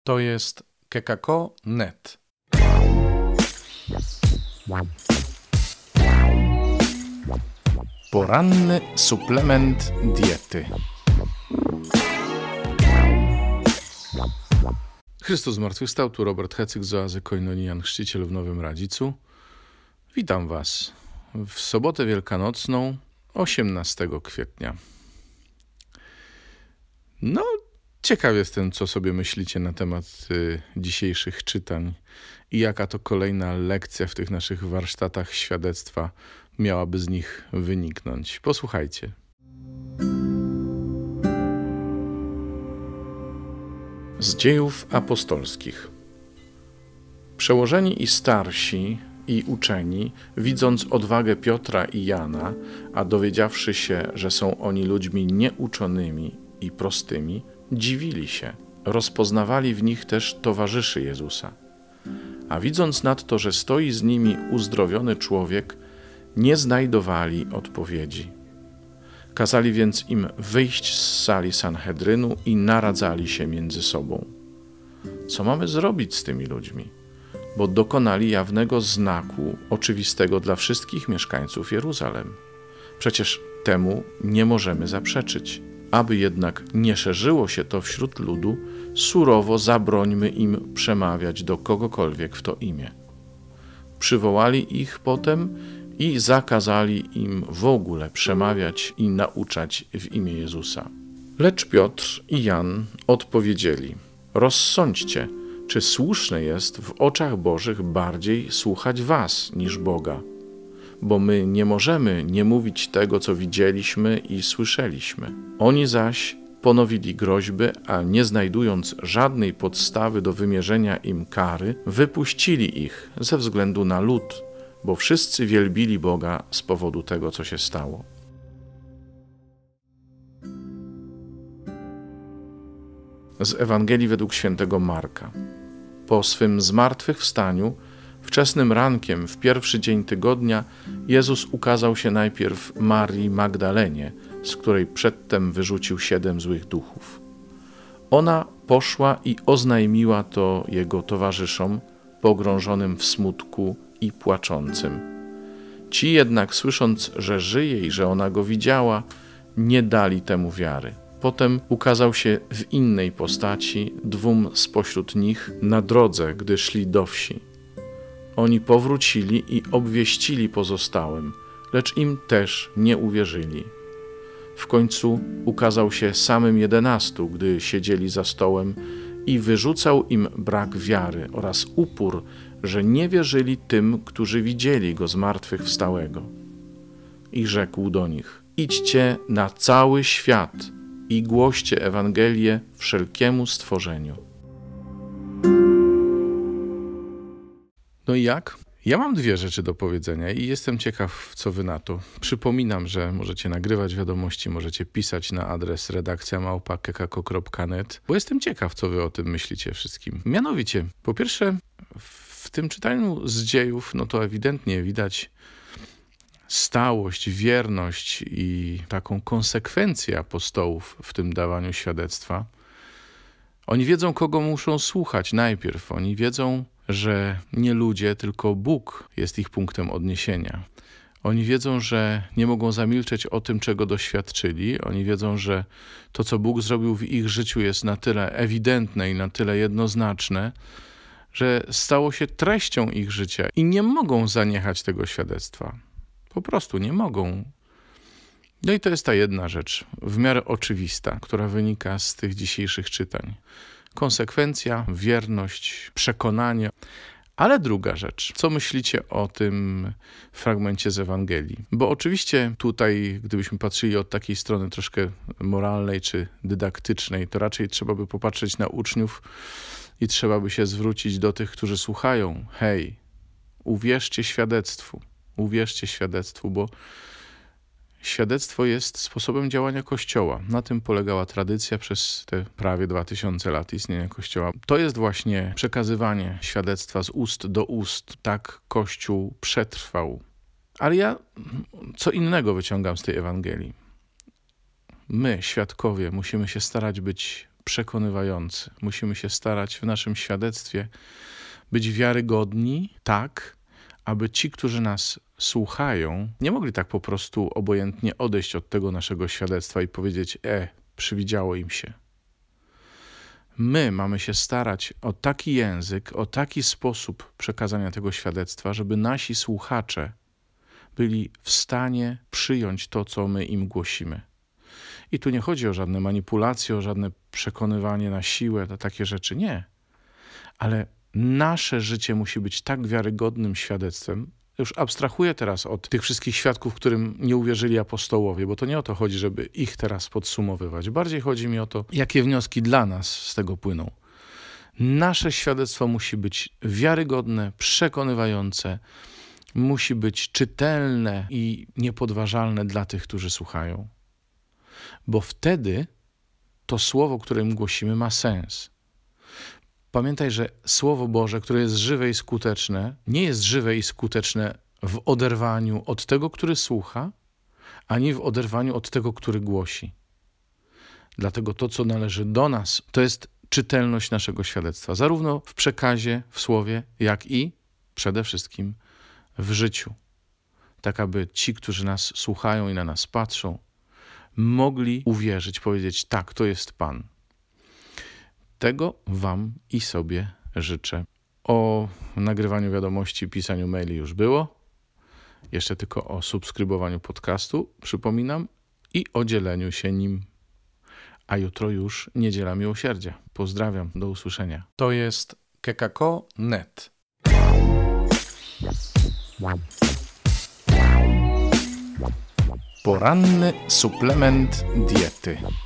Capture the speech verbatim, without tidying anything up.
To jest kekako kropka net. Poranny suplement diety. Chrystus zmartwychwstał, tu Robert Hecyk z Oazy Koinonian, chrzciciel w Nowym Radzicu. Witam Was w sobotę wielkanocną, osiemnastego kwietnia. No, ciekaw jestem, co sobie myślicie na temat y, dzisiejszych czytań i jaka to kolejna lekcja w tych naszych warsztatach świadectwa miałaby z nich wyniknąć. Posłuchajcie. Z Dziejów Apostolskich. Przełożeni i starsi i uczeni, widząc odwagę Piotra i Jana, a dowiedziawszy się, że są oni ludźmi nieuczonymi i prostymi, dziwili się, rozpoznawali w nich też towarzyszy Jezusa. A widząc nadto, że stoi z nimi uzdrowiony człowiek, nie znajdowali odpowiedzi. Kazali więc im wyjść z sali Sanhedrynu i naradzali się między sobą. Co mamy zrobić z tymi ludźmi? Bo dokonali jawnego znaku, oczywistego dla wszystkich mieszkańców Jeruzalem. Przecież temu nie możemy zaprzeczyć. Aby jednak nie szerzyło się to wśród ludu, surowo zabrońmy im przemawiać do kogokolwiek w to imię. Przywołali ich potem i zakazali im w ogóle przemawiać i nauczać w imię Jezusa. Lecz Piotr i Jan odpowiedzieli: rozsądźcie, czy słuszne jest w oczach Bożych bardziej słuchać was niż Boga, bo my nie możemy nie mówić tego, co widzieliśmy i słyszeliśmy. Oni zaś ponowili groźby, a nie znajdując żadnej podstawy do wymierzenia im kary, wypuścili ich ze względu na lud, bo wszyscy wielbili Boga z powodu tego, co się stało. Z Ewangelii według świętego Marka. Po swym zmartwychwstaniu, wczesnym rankiem w pierwszy dzień tygodnia, Jezus ukazał się najpierw Marii Magdalenie, z której przedtem wyrzucił siedem złych duchów. Ona poszła i oznajmiła to jego towarzyszom, pogrążonym w smutku i płaczącym. Ci jednak, słysząc, że żyje i że ona go widziała, nie dali temu wiary. Potem ukazał się w innej postaci dwóm spośród nich na drodze, gdy szli do wsi. Oni powrócili i obwieścili pozostałym, lecz im też nie uwierzyli. W końcu ukazał się samym jedenastu, gdy siedzieli za stołem, i wyrzucał im brak wiary oraz upór, że nie wierzyli tym, którzy widzieli go zmartwychwstałego. I rzekł do nich: idźcie na cały świat i głoście Ewangelię wszelkiemu stworzeniu. No i jak? Ja mam dwie rzeczy do powiedzenia i jestem ciekaw, co wy na to. Przypominam, że możecie nagrywać wiadomości, możecie pisać na adres redakcja małpa kekako kropka net, bo jestem ciekaw, co wy o tym myślicie wszystkim. Mianowicie, po pierwsze, w tym czytaniu z dziejów, no to ewidentnie widać stałość, wierność i taką konsekwencję apostołów w tym dawaniu świadectwa. Oni wiedzą, kogo muszą słuchać najpierw. Oni wiedzą, że nie ludzie, tylko Bóg jest ich punktem odniesienia. Oni wiedzą, że nie mogą zamilczeć o tym, czego doświadczyli. Oni wiedzą, że to, co Bóg zrobił w ich życiu, jest na tyle ewidentne i na tyle jednoznaczne, że stało się treścią ich życia i nie mogą zaniechać tego świadectwa. Po prostu nie mogą. No i to jest ta jedna rzecz, w miarę oczywista, która wynika z tych dzisiejszych czytań. Konsekwencja, wierność, przekonanie. Ale druga rzecz, co myślicie o tym fragmencie z Ewangelii? Bo oczywiście tutaj, gdybyśmy patrzyli od takiej strony troszkę moralnej czy dydaktycznej, to raczej trzeba by popatrzeć na uczniów i trzeba by się zwrócić do tych, którzy słuchają. Hej, uwierzcie świadectwu, uwierzcie świadectwu, bo świadectwo jest sposobem działania Kościoła. Na tym polegała tradycja przez te prawie dwa tysiące lat istnienia Kościoła. To jest właśnie przekazywanie świadectwa z ust do ust. Tak Kościół przetrwał. Ale ja co innego wyciągam z tej Ewangelii. My, świadkowie, musimy się starać być przekonywający. Musimy się starać w naszym świadectwie być wiarygodni tak, aby ci, którzy nas słuchają, nie mogli tak po prostu obojętnie odejść od tego naszego świadectwa i powiedzieć: e, przywidziało im się. My mamy się starać o taki język, o taki sposób przekazania tego świadectwa, żeby nasi słuchacze byli w stanie przyjąć to, co my im głosimy. I tu nie chodzi o żadne manipulacje, o żadne przekonywanie na siłę, to takie rzeczy, nie. Ale nasze życie musi być tak wiarygodnym świadectwem. Już abstrahuję teraz od tych wszystkich świadków, którym nie uwierzyli apostołowie, bo to nie o to chodzi, żeby ich teraz podsumowywać. Bardziej chodzi mi o to, jakie wnioski dla nas z tego płyną. Nasze świadectwo musi być wiarygodne, przekonywające, musi być czytelne i niepodważalne dla tych, którzy słuchają. Bo wtedy to słowo, które im głosimy, ma sens. Pamiętaj, że Słowo Boże, które jest żywe i skuteczne, nie jest żywe i skuteczne w oderwaniu od tego, który słucha, ani w oderwaniu od tego, który głosi. Dlatego to, co należy do nas, to jest czytelność naszego świadectwa, zarówno w przekazie, w słowie, jak i przede wszystkim w życiu. Tak, aby ci, którzy nas słuchają i na nas patrzą, mogli uwierzyć, powiedzieć: tak, to jest Pan. Tego wam i sobie życzę. O nagrywaniu wiadomości, pisaniu maili już było. Jeszcze tylko o subskrybowaniu podcastu, przypominam, i o dzieleniu się nim. A jutro już Niedziela Miłosierdzia. Pozdrawiam, do usłyszenia. To jest kekako kropka net. Poranny suplement diety.